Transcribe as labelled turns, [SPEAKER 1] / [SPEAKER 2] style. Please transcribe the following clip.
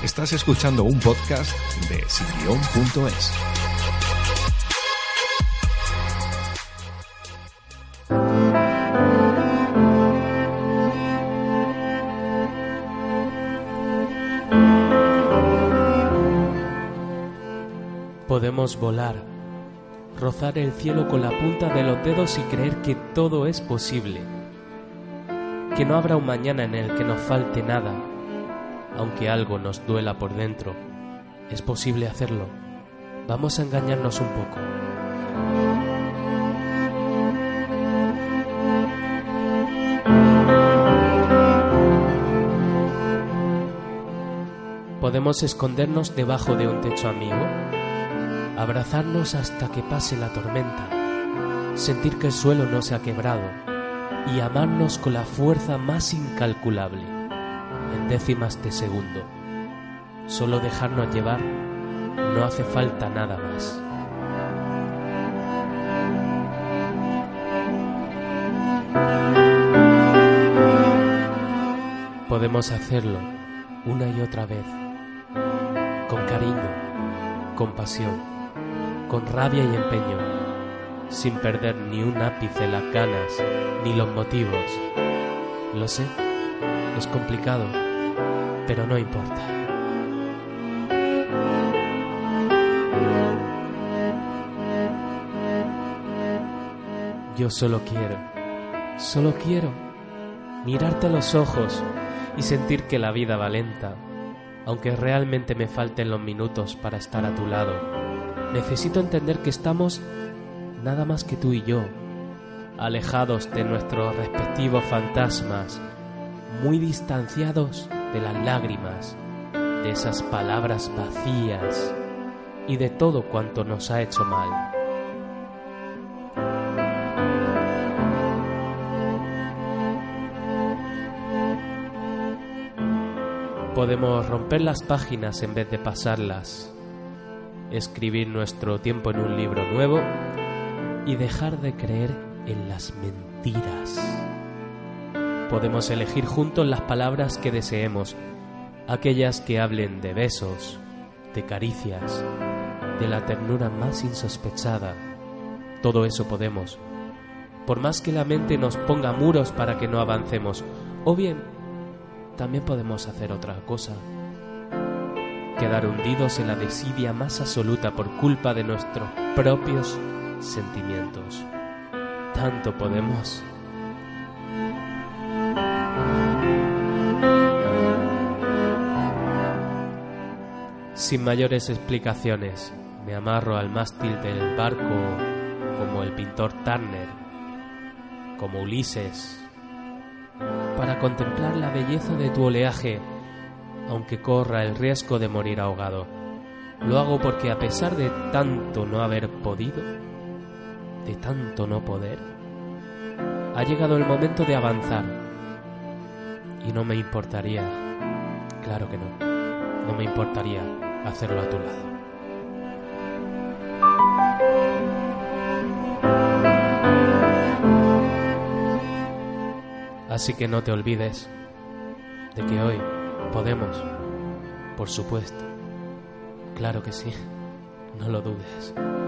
[SPEAKER 1] Estás escuchando un podcast de Singuión.es.
[SPEAKER 2] Podemos volar, rozar el cielo con la punta de los dedos y creer que todo es posible, que no habrá un mañana en el que nos falte nada, aunque algo nos duela por dentro. Es posible hacerlo. Vamos a engañarnos un poco. Podemos escondernos debajo de un techo amigo, abrazarnos hasta que pase la tormenta, sentir que el suelo no se ha quebrado y amarnos con la fuerza más incalculable, en décimas de segundo. Solo dejarnos llevar, no hace falta nada más. Podemos hacerlo una y otra vez, con cariño, con pasión, con rabia y empeño, sin perder ni un ápice las ganas ni los motivos. Lo sé, es complicado, pero no importa. Yo solo quiero mirarte a los ojos y sentir que la vida va lenta, aunque realmente me falten los minutos para estar a tu lado. Necesito entender que estamos nada más que tú y yo, alejados de nuestros respectivos fantasmas, muy distanciados de las lágrimas, de esas palabras vacías y de todo cuanto nos ha hecho mal. Podemos romper las páginas en vez de pasarlas, escribir nuestro tiempo en un libro nuevo y dejar de creer en las mentiras. Podemos elegir juntos las palabras que deseemos, aquellas que hablen de besos, de caricias, de la ternura más insospechada. Todo eso podemos, por más que la mente nos ponga muros para que no avancemos, o bien también podemos hacer otra cosa: quedar hundidos en la desidia más absoluta por culpa de nuestros propios sentimientos. Tanto podemos. Sin mayores explicaciones, me amarro al mástil del barco como el pintor Turner, como Ulises, para contemplar la belleza de tu oleaje, aunque corra el riesgo de morir ahogado. Lo hago porque a pesar de tanto no haber podido, de tanto no poder, ha llegado el momento de avanzar. Y no me importaría, claro que no me importaría hacerlo a tu lado. Así que no te olvides de que hoy podemos, por supuesto. Claro que sí, no lo dudes.